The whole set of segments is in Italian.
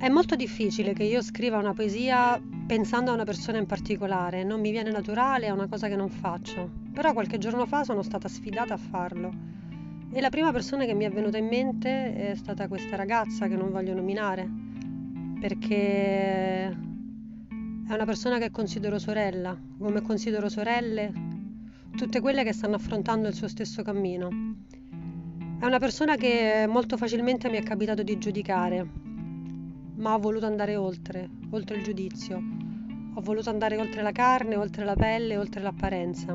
È molto difficile che io scriva una poesia pensando a una persona in particolare, non mi viene naturale, è una cosa che non faccio. Però qualche giorno fa sono stata sfidata a farlo e la prima persona che mi è venuta in mente è stata questa ragazza che non voglio nominare, perché è una persona che considero sorella, come considero sorelle tutte quelle che stanno affrontando il suo stesso cammino. È una persona che molto facilmente mi è capitato di giudicare, ma ho voluto andare oltre il giudizio. Ho voluto andare oltre la carne, oltre la pelle, oltre l'apparenza.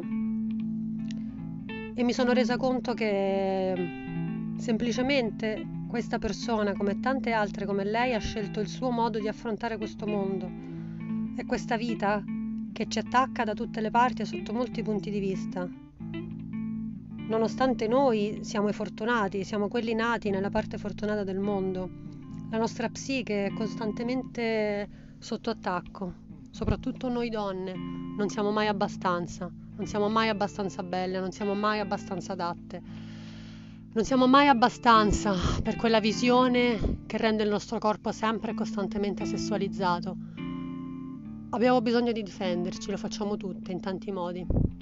E mi sono resa conto che semplicemente questa persona, come tante altre come lei, ha scelto il suo modo di affrontare questo mondo e questa vita che ci attacca da tutte le parti e sotto molti punti di vista. Nonostante noi siamo i fortunati, siamo quelli nati nella parte fortunata del mondo, la nostra psiche è costantemente sotto attacco, soprattutto noi donne, non siamo mai abbastanza belle, non siamo mai abbastanza adatte, non siamo mai abbastanza per quella visione che rende il nostro corpo sempre e costantemente sessualizzato. Abbiamo bisogno di difenderci, lo facciamo tutte in tanti modi.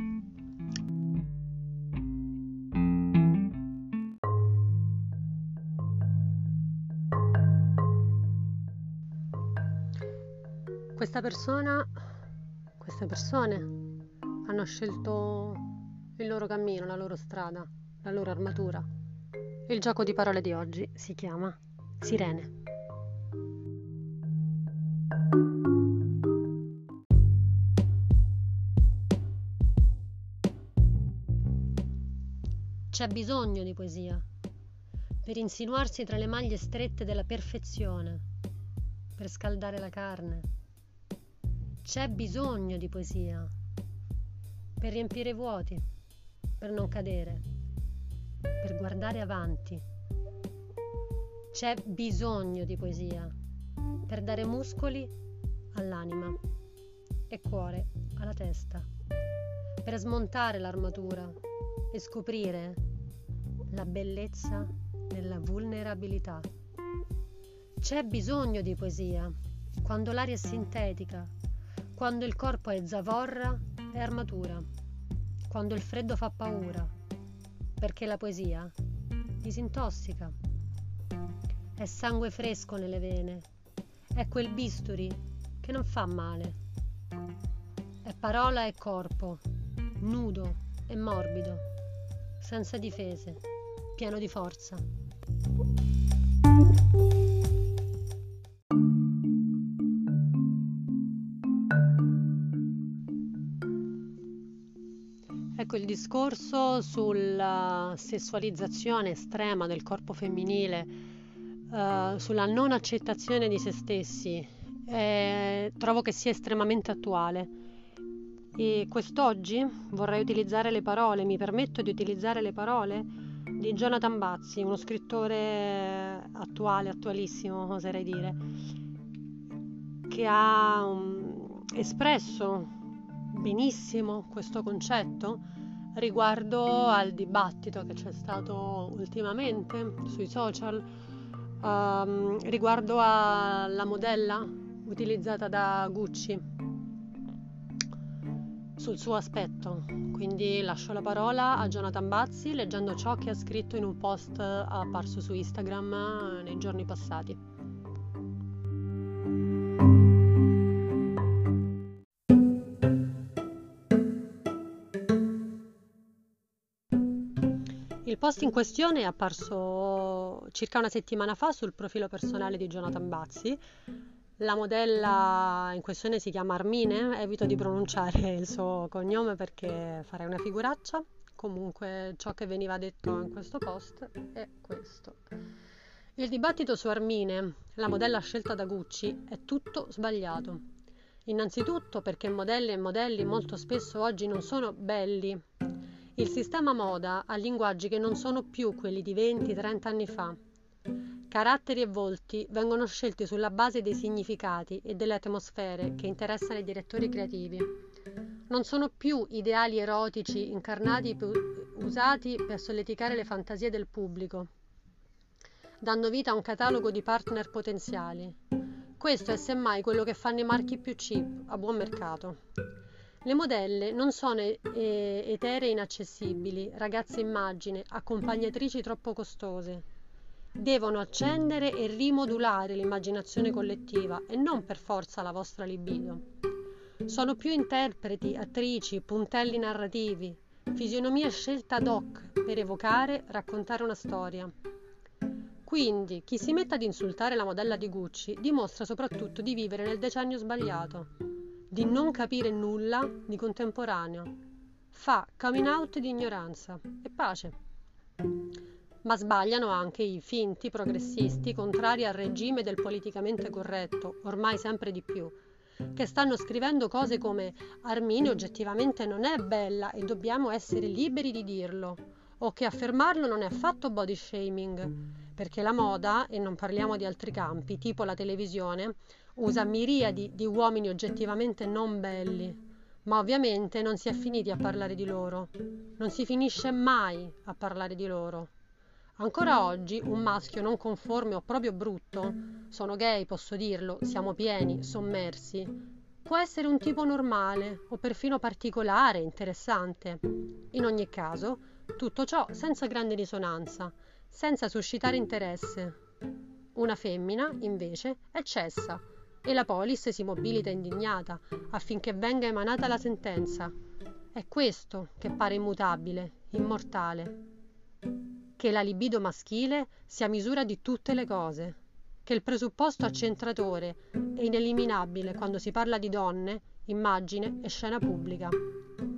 Queste persone hanno scelto il loro cammino, la loro strada, la loro armatura. Il gioco di parole di oggi si chiama Sirene. C'è bisogno di poesia per insinuarsi tra le maglie strette della perfezione, per scaldare la carne. C'è bisogno di poesia per riempire i vuoti, per non cadere, per guardare avanti. C'è bisogno di poesia per dare muscoli all'anima e cuore alla testa, per smontare l'armatura e scoprire la bellezza nella vulnerabilità. C'è bisogno di poesia quando l'aria è sintetica, quando il corpo è zavorra e armatura, quando il freddo fa paura, perché la poesia disintossica. È sangue fresco nelle vene, è quel bisturi che non fa male. È parola e corpo, nudo e morbido, senza difese, pieno di forza. Ecco, il discorso sulla sessualizzazione estrema del corpo femminile, sulla non accettazione di se stessi, trovo che sia estremamente attuale. E quest'oggi vorrei utilizzare le parole, mi permetto di utilizzare le parole di Jonathan Bazzi, uno scrittore attualissimo, oserei dire, che ha espresso benissimo questo concetto riguardo al dibattito che c'è stato ultimamente sui social, riguardo alla modella utilizzata da Gucci sul suo aspetto. Quindi lascio la parola a Jonathan Bazzi leggendo ciò che ha scritto in un post apparso su Instagram nei giorni passati. Il post in questione è apparso circa una settimana fa sul profilo personale di Jonathan Bazzi. La modella in questione si chiama Armine, evito di pronunciare il suo cognome perché farei una figuraccia. Comunque ciò che veniva detto in questo post è questo. Il dibattito su Armine, la modella scelta da Gucci, è tutto sbagliato. Innanzitutto perché modelle e modelli molto spesso oggi non sono belli. Il sistema moda ha linguaggi che non sono più quelli di 20-30 anni fa. Caratteri e volti vengono scelti sulla base dei significati e delle atmosfere che interessano i direttori creativi. Non sono più ideali erotici incarnati usati per solleticare le fantasie del pubblico, dando vita a un catalogo di partner potenziali. Questo è semmai quello che fanno i marchi più cheap, a buon mercato. Le modelle non sono eteree inaccessibili, ragazze immagine, accompagnatrici troppo costose. Devono accendere e rimodulare l'immaginazione collettiva e non per forza la vostra libido. Sono più interpreti, attrici, puntelli narrativi, fisionomia scelta ad hoc per evocare, raccontare una storia. Quindi chi si mette ad insultare la modella di Gucci dimostra soprattutto di vivere nel decennio sbagliato, di non capire nulla di contemporaneo. Fa coming out di ignoranza e pace. Ma sbagliano anche i finti progressisti contrari al regime del politicamente corretto, ormai sempre di più, che stanno scrivendo cose come Armini oggettivamente non è bella e dobbiamo essere liberi di dirlo, o che affermarlo non è affatto body shaming, perché la moda, e non parliamo di altri campi, tipo la televisione, usa miriadi di uomini oggettivamente non belli, ma ovviamente non si è finiti a parlare di loro, non si finisce mai a parlare di loro. Ancora oggi un maschio non conforme o proprio brutto, sono gay, posso dirlo, siamo pieni, sommersi, può essere un tipo normale o perfino particolare, interessante. In ogni caso, tutto ciò senza grande risonanza, senza suscitare interesse. Una femmina, invece, è cessa e la polis si mobilita indignata affinché venga emanata la sentenza. È questo che pare immutabile, immortale. Che la libido maschile sia misura di tutte le cose, che il presupposto accentratore è ineliminabile quando si parla di donne, immagine e scena pubblica.